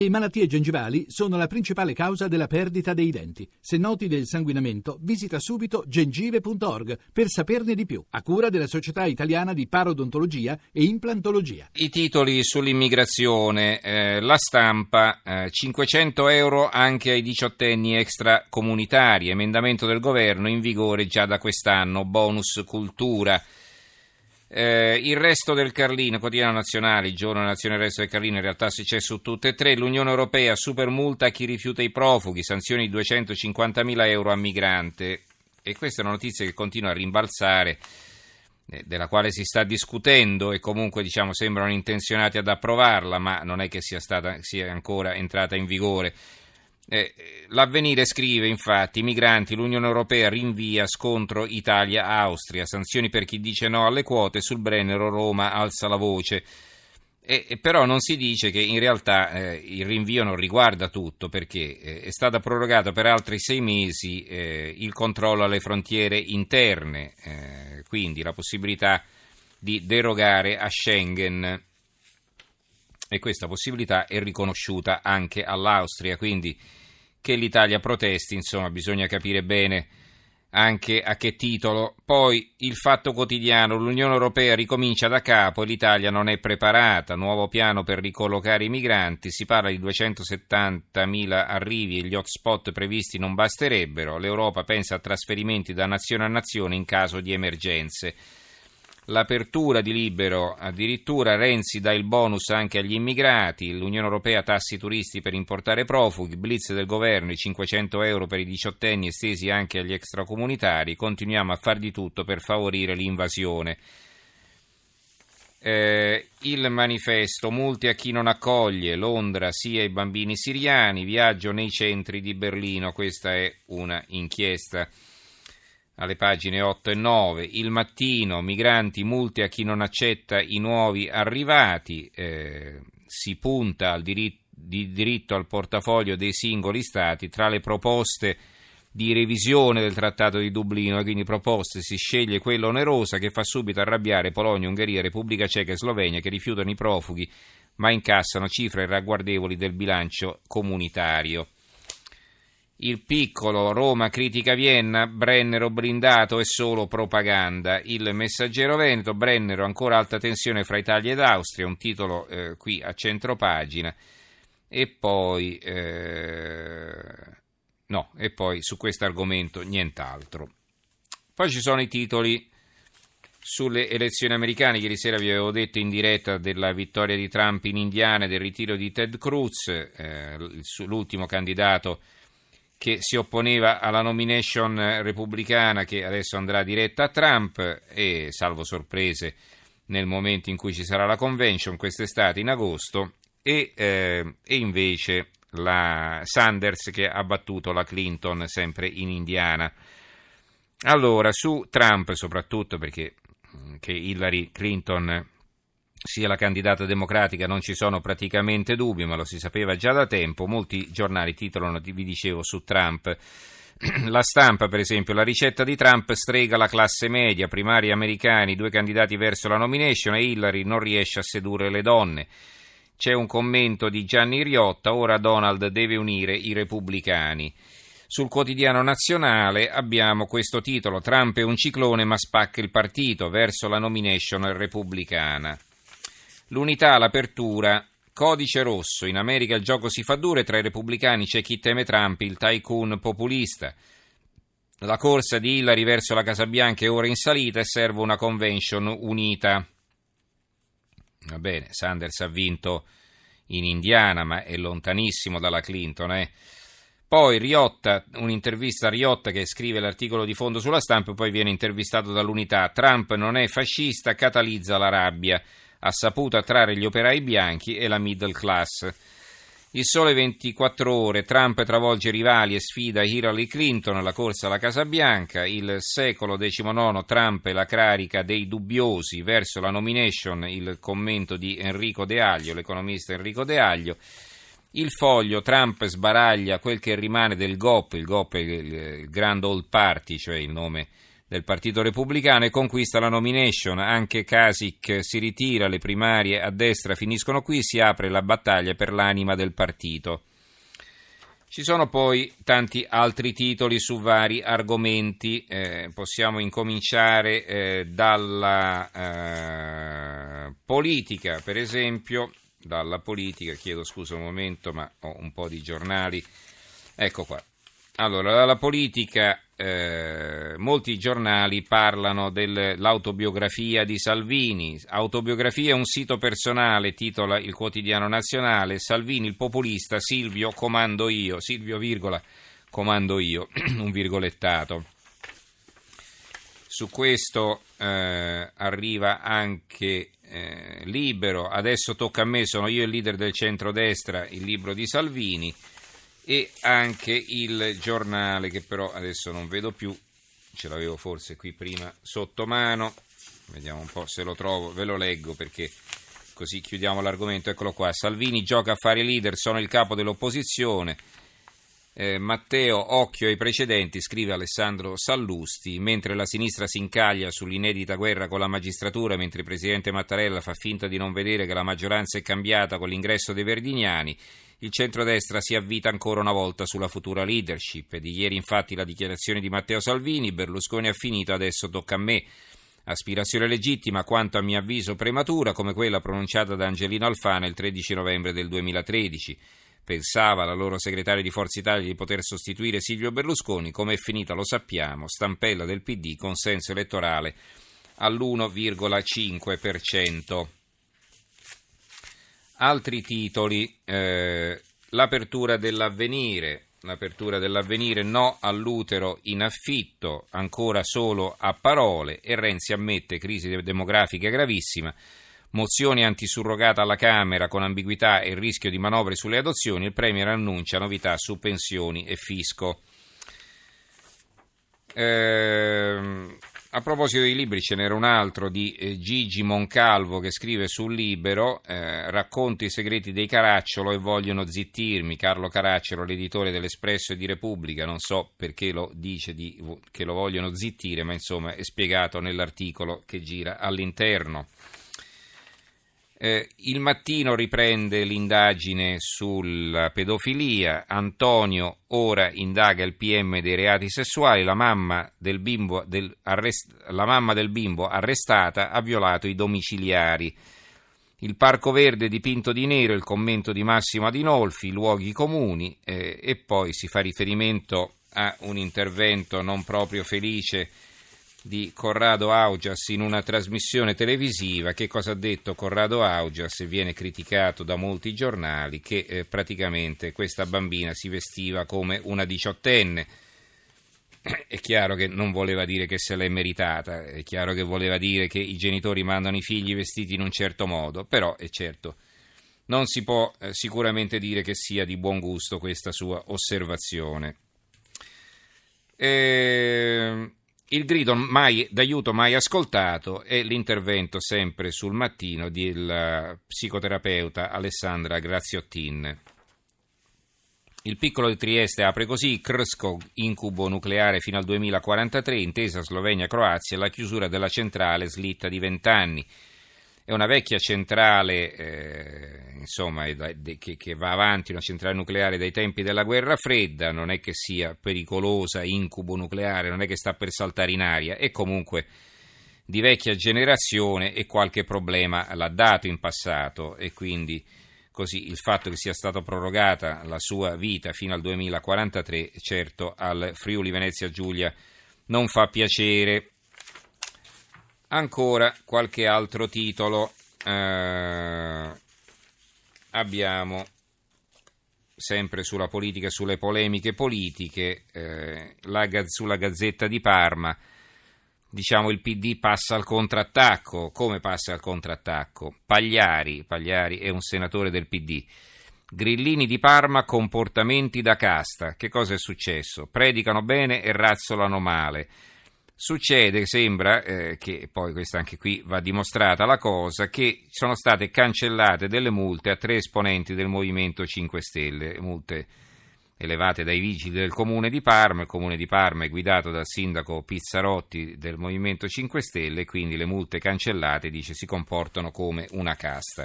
Le malattie gengivali sono la principale causa della perdita dei denti. Se noti del sanguinamento, visita subito gengive.org per saperne di più, a cura della Società Italiana di Parodontologia e Implantologia. I titoli sull'immigrazione, La Stampa, 500 euro anche ai diciottenni extracomunitari, emendamento del governo in vigore già da quest'anno, bonus cultura. Il Resto del Carlino, quotidiano nazionale, il giorno della nazione, il Resto del Carlino, in realtà c'è su tutte e tre. L'Unione Europea, super multa a chi rifiuta i profughi, sanzioni di 250.000 euro a migrante. E questa è una notizia che continua a rimbalzare, della quale si sta discutendo e comunque sembrano intenzionati ad approvarla, ma non è che sia ancora entrata in vigore. L'Avvenire scrive infatti: migranti, l'Unione Europea rinvia scontro Italia-Austria, sanzioni per chi dice no alle quote, sul Brennero Roma alza la voce. Però non si dice che in realtà il rinvio non riguarda tutto, perché è stata prorogata per altri 6 mesi il controllo alle frontiere interne, quindi la possibilità di derogare a Schengen, e questa possibilità è riconosciuta anche all'Austria, quindi che l'Italia protesti, insomma, bisogna capire bene anche a che titolo. Poi il Fatto Quotidiano: l'Unione Europea ricomincia da capo e l'Italia non è preparata, nuovo piano per ricollocare i migranti, si parla di 270.000 arrivi e gli hotspot previsti non basterebbero, l'Europa pensa a trasferimenti da nazione a nazione in caso di emergenze. L'apertura di Libero, addirittura Renzi dà il bonus anche agli immigrati, l'Unione Europea tassi turisti per importare profughi, blitz del governo, i 500 euro per i diciottenni estesi anche agli extracomunitari, continuiamo a far di tutto per favorire l'invasione. Il Manifesto: multi a chi non accoglie, Londra sia i bambini siriani, viaggio nei centri di Berlino, questa è una inchiesta alle pagine 8 e 9. Il Mattino: migranti, multe a chi non accetta i nuovi arrivati, si punta al diritto al portafoglio dei singoli stati, tra le proposte di revisione del Trattato di Dublino, e quindi proposte si sceglie quella onerosa che fa subito arrabbiare Polonia, Ungheria, Repubblica Ceca e Slovenia, che rifiutano i profughi ma incassano cifre ragguardevoli del bilancio comunitario. Il Piccolo: Roma critica Vienna, Brennero blindato è solo propaganda. Il Messaggero Veneto: Brennero, ancora alta tensione fra Italia ed Austria, un titolo qui a centropagina. E poi su questo argomento nient'altro. Poi ci sono i titoli sulle elezioni americane. Ieri sera vi avevo detto in diretta della vittoria di Trump in Indiana e del ritiro di Ted Cruz, l'ultimo candidato che si opponeva alla nomination repubblicana, che adesso andrà diretta a Trump, e salvo sorprese nel momento in cui ci sarà la convention quest'estate in agosto, e invece la Sanders che ha battuto la Clinton sempre in Indiana. Allora, su Trump soprattutto, perché che Hillary Clinton sia la candidata democratica non ci sono praticamente dubbi, ma lo si sapeva già da tempo. Molti giornali titolano, vi dicevo, su Trump. La Stampa, per esempio: la ricetta di Trump strega la classe media, primari americani, 2 candidati verso la nomination e Hillary non riesce a sedurre le donne. C'è un commento di Gianni Riotta: ora Donald deve unire i repubblicani. Sul Quotidiano Nazionale abbiamo questo titolo: Trump è un ciclone ma spacca il partito, verso la nomination repubblicana. L'Unità, l'apertura: codice rosso, in America il gioco si fa duro e tra i repubblicani c'è chi teme Trump, il tycoon populista. La corsa di Hillary verso la Casa Bianca è ora in salita e serve una convention unita. Va bene, Sanders ha vinto in Indiana, ma è lontanissimo dalla Clinton, Poi Riotta, un'intervista a Riotta che scrive l'articolo di fondo sulla Stampa e poi viene intervistato dall'Unità. Trump non è fascista, catalizza la rabbia, ha saputo attrarre gli operai bianchi e la middle class. Il Sole 24 Ore: Trump travolge i rivali e sfida Hillary Clinton, la corsa alla Casa Bianca. Il Secolo XIX: Trump e la carica dei dubbiosi, verso la nomination, il commento di Enrico De Aglio, l'economista Enrico De Aglio. Il Foglio: Trump sbaraglia quel che rimane del GOP, il GOP è il Grand Old Party, cioè il nome del Partito Repubblicano e conquista la nomination. Anche Kasich si ritira, le primarie a destra finiscono qui, si apre la battaglia per l'anima del partito. Ci sono poi tanti altri titoli su vari argomenti, possiamo incominciare dalla politica, per esempio, dalla politica, chiedo scusa un momento ma ho un po' di giornali, ecco qua. Allora, dalla politica molti giornali parlano dell'autobiografia di Salvini. Autobiografia è un sito personale, titola il Quotidiano Nazionale. Salvini il populista, Silvio comando io, Silvio virgola comando io, un virgolettato. Su questo arriva anche Libero, adesso tocca a me, sono io il leader del centrodestra, il libro di Salvini. E anche il Giornale, che però adesso non vedo più, ce l'avevo forse qui prima sotto mano, vediamo un po' se lo trovo, ve lo leggo perché così chiudiamo l'argomento. Eccolo qua: Salvini gioca a fare leader, sono il capo dell'opposizione. Matteo, occhio ai precedenti, scrive Alessandro Sallusti, mentre la sinistra si incaglia sull'inedita guerra con la magistratura, mentre il presidente Mattarella fa finta di non vedere che la maggioranza è cambiata con l'ingresso dei Verdiniani, il centrodestra si avvita ancora una volta sulla futura leadership. Di ieri infatti la dichiarazione di Matteo Salvini: Berlusconi ha finito, adesso tocca a me. Aspirazione legittima, quanto a mio avviso prematura, come quella pronunciata da Angelino Alfano il 13 novembre del 2013. Pensava la loro segretaria di Forza Italia di poter sostituire Silvio Berlusconi, come è finita lo sappiamo, stampella del PD, consenso elettorale all'1,5%. Altri titoli, l'apertura dell'Avvenire, no all'utero in affitto, ancora solo a parole, e Renzi ammette crisi demografica gravissima, mozioni antisurrogata alla Camera con ambiguità e rischio di manovre sulle adozioni, il Premier annuncia novità su pensioni e fisco. A proposito dei libri, ce n'era un altro di Gigi Moncalvo che scrive sul Libero, racconto i segreti dei Caracciolo e vogliono zittirmi. Carlo Caracciolo, l'editore dell'Espresso e di Repubblica, non so perché lo dice che lo vogliono zittire, ma insomma è spiegato nell'articolo che gira all'interno. Il Mattino riprende l'indagine sulla pedofilia. Antonio ora indaga il PM dei reati sessuali. La mamma del bimbo arrestata ha violato i domiciliari. Il Parco Verde dipinto di nero, il commento di Massimo Adinolfi, luoghi comuni, e poi si fa riferimento a un intervento non proprio felice di Corrado Augias in una trasmissione televisiva. Che cosa ha detto Corrado Augias? Viene criticato da molti giornali che praticamente questa bambina si vestiva come una diciottenne. È chiaro che non voleva dire che se l'è meritata, è chiaro che voleva dire che i genitori mandano i figli vestiti in un certo modo, però è certo non si può sicuramente dire che sia di buon gusto questa sua osservazione. Il grido d'aiuto mai ascoltato è l'intervento sempre sul Mattino del psicoterapeuta Alessandra Graziottin. Il piccolo di Trieste apre così: Krško, incubo nucleare fino al 2043, intesa Slovenia-Croazia, la chiusura della centrale slitta di 20 anni. È una vecchia centrale, che va avanti, una centrale nucleare dai tempi della guerra fredda, non è che sia pericolosa, incubo nucleare, non è che sta per saltare in aria, è comunque di vecchia generazione e qualche problema l'ha dato in passato, e quindi così il fatto che sia stata prorogata la sua vita fino al 2043 certo al Friuli Venezia Giulia non fa piacere. Ancora qualche altro titolo, abbiamo sempre sulla politica, sulle polemiche politiche, sulla Gazzetta di Parma, diciamo il PD passa al contrattacco. Come passa al contrattacco? Pagliari è un senatore del PD. Grillini di Parma, comportamenti da casta. Che cosa è successo? Predicano bene e razzolano male. Succede, sembra, che poi questa anche qui va dimostrata la cosa, che sono state cancellate delle multe a 3 esponenti del Movimento 5 Stelle, multe elevate dai vigili del Comune di Parma. Il Comune di Parma è guidato dal sindaco Pizzarotti del Movimento 5 Stelle, quindi le multe cancellate, dice, si comportano come una casta.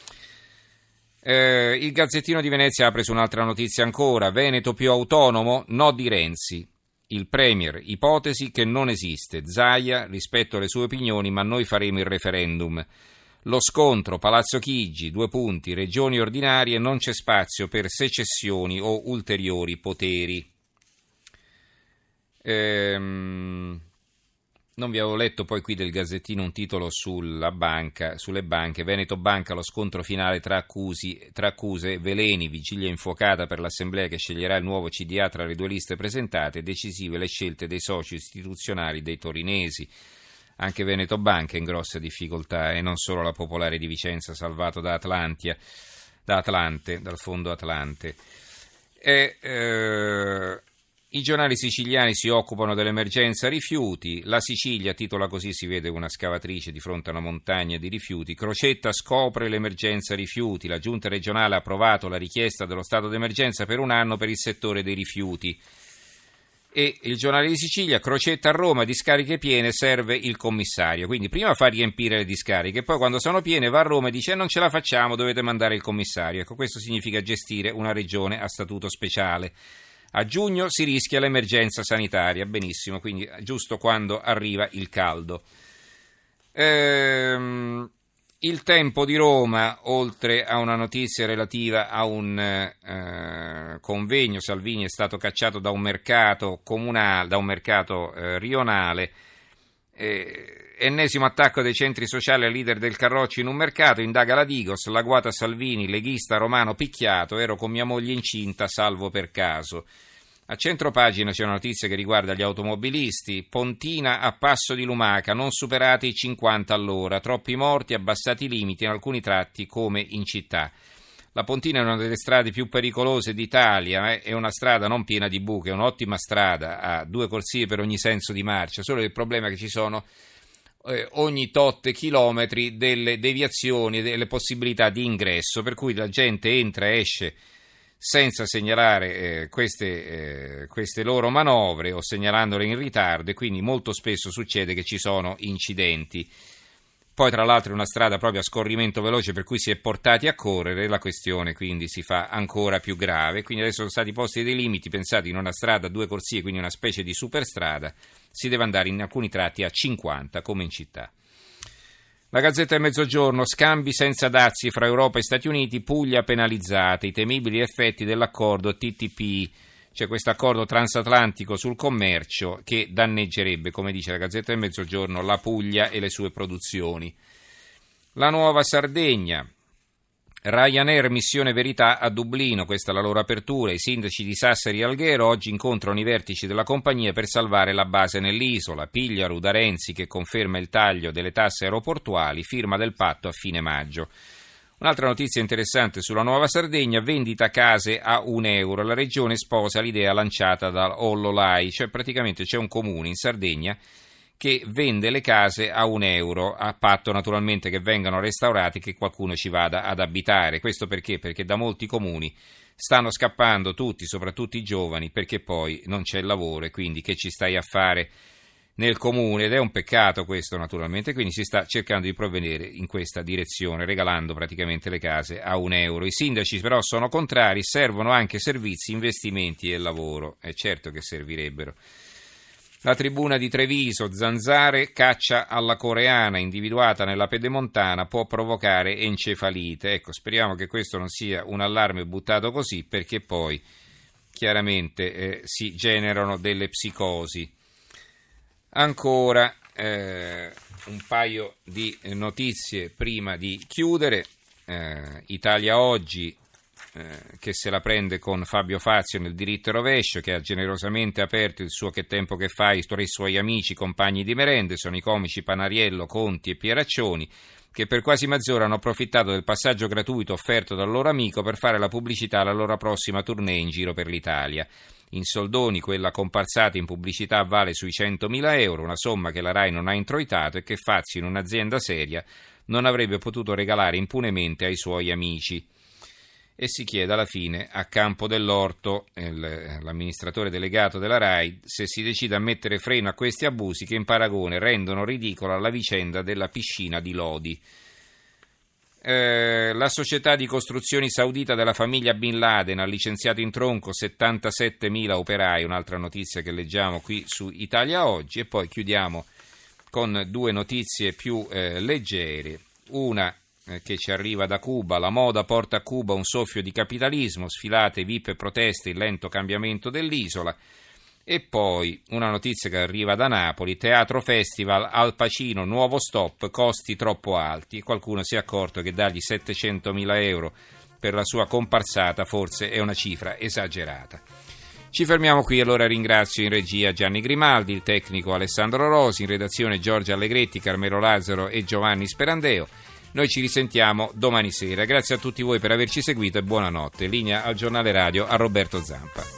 Il Gazzettino di Venezia apre su un'altra notizia ancora. Veneto più autonomo, no di Renzi. Il Premier, ipotesi che non esiste. Zaia, rispetto alle sue opinioni, ma noi faremo il referendum. Lo scontro, Palazzo Chigi, 2 punti, regioni ordinarie, non c'è spazio per secessioni o ulteriori poteri. Non vi avevo letto poi qui del Gazzettino un titolo sulle banche. Veneto Banca, lo scontro finale tra accuse, veleni, vigilia infuocata per l'assemblea che sceglierà il nuovo CDA tra le 2 liste presentate, decisive le scelte dei soci istituzionali dei torinesi. Anche Veneto Banca è in grossa difficoltà e non solo la Popolare di Vicenza, salvato dal fondo Atlante. I giornali siciliani si occupano dell'emergenza rifiuti. La Sicilia titola così, si vede una scavatrice di fronte a una montagna di rifiuti. Crocetta scopre l'emergenza rifiuti. La giunta regionale ha approvato la richiesta dello stato d'emergenza per 1 anno per il settore dei rifiuti. E il giornale di Sicilia, Crocetta a Roma, discariche piene, serve il commissario. Quindi prima fa riempire le discariche, poi quando sono piene va a Roma e dice non ce la facciamo, dovete mandare il commissario. Ecco, questo significa gestire una regione a statuto speciale. A giugno si rischia l'emergenza sanitaria, benissimo, quindi giusto quando arriva il caldo. Il Tempo di Roma, oltre a una notizia relativa a un convegno, Salvini è stato cacciato da un mercato comunale, da un mercato rionale, ennesimo attacco dei centri sociali al leader del Carroccio in un mercato, indaga la Digos, l'agguata Salvini, leghista romano picchiato, ero con mia moglie incinta, salvo per caso. A centropagina c'è una notizia che riguarda gli automobilisti. Pontina a passo di lumaca, non superati i 50 all'ora, troppi morti, abbassati i limiti in alcuni tratti come in città. La Pontina è una delle strade più pericolose d'Italia, è una strada non piena di buche, è un'ottima strada, ha 2 corsie per ogni senso di marcia, solo il problema è che ci sono ogni tot chilometri delle deviazioni e delle possibilità di ingresso, per cui la gente entra e esce senza segnalare queste loro manovre o segnalandole in ritardo, e quindi molto spesso succede che ci sono incidenti. Poi tra l'altro è una strada proprio a scorrimento veloce, per cui si è portati a correre, la questione quindi si fa ancora più grave. Quindi adesso sono stati posti dei limiti, pensate, in una strada a 2 corsie, quindi una specie di superstrada, si deve andare in alcuni tratti a 50 come in città. La Gazzetta del Mezzogiorno, scambi senza dazi fra Europa e Stati Uniti, Puglia penalizzata, i temibili effetti dell'accordo TTP, c'è questo accordo transatlantico sul commercio che danneggerebbe, come dice la Gazzetta del Mezzogiorno, la Puglia e le sue produzioni. La Nuova Sardegna, Ryanair missione verità a Dublino, questa è la loro apertura, i sindaci di Sassari e Alghero oggi incontrano i vertici della compagnia per salvare la base nell'isola, Pigliaru da Renzi che conferma il taglio delle tasse aeroportuali, firma del patto a fine maggio. Un'altra notizia interessante sulla Nuova Sardegna, vendita case a €1, la regione sposa l'idea lanciata da Ollolai, cioè praticamente c'è un comune in Sardegna che vende le case a €1, a patto naturalmente che vengano restaurati e che qualcuno ci vada ad abitare. Questo perché? Perché da molti comuni stanno scappando tutti, soprattutto i giovani, perché poi non c'è il lavoro e quindi che ci stai a fare nel comune? Ed è un peccato questo naturalmente, quindi si sta cercando di provvedere in questa direzione, regalando praticamente le case a €1. I sindaci però sono contrari, servono anche servizi, investimenti e lavoro. È certo che servirebbero. La Tribuna di Treviso, zanzare, caccia alla coreana, individuata nella pedemontana, può provocare encefalite. Ecco, speriamo che questo non sia un allarme buttato così, perché poi chiaramente si generano delle psicosi. Ancora un paio di notizie prima di chiudere. Italia Oggi, che se la prende con Fabio Fazio nel diritto e rovescio, che ha generosamente aperto il suo Che tempo che fai tra i suoi amici compagni di merende, sono i comici Panariello, Conti e Pieraccioni, che per quasi mezz'ora hanno approfittato del passaggio gratuito offerto dal loro amico per fare la pubblicità alla loro prossima tournée in giro per l'Italia. In soldoni quella comparsata in pubblicità vale sui €100.000, una somma che la RAI non ha introitato e che Fazio, in un'azienda seria, non avrebbe potuto regalare impunemente ai suoi amici. e si chiede alla fine a Campo dell'Orto, l'amministratore delegato della RAI, se si decide a mettere freno a questi abusi che in paragone rendono ridicola la vicenda della piscina di Lodi. La società di costruzioni saudita della famiglia Bin Laden ha licenziato in tronco 77.000 operai, un'altra notizia che leggiamo qui su Italia Oggi, e poi chiudiamo con due notizie più leggere. Una che ci arriva da Cuba: la moda porta a Cuba un soffio di capitalismo, sfilate, VIP e proteste, il lento cambiamento dell'isola. E poi una notizia che arriva da Napoli: Teatro Festival, Al Pacino, nuovo stop, costi troppo alti. Qualcuno si è accorto che dargli 700.000 euro per la sua comparsata forse è una cifra esagerata. Ci fermiamo qui, allora ringrazio in regia Gianni Grimaldi, il tecnico Alessandro Rosi, in redazione Giorgio Allegretti, Carmelo Lazzaro e Giovanni Sperandeo. Noi ci risentiamo domani sera. Grazie a tutti voi per averci seguito e buonanotte. Linea al giornale radio a Roberto Zampa.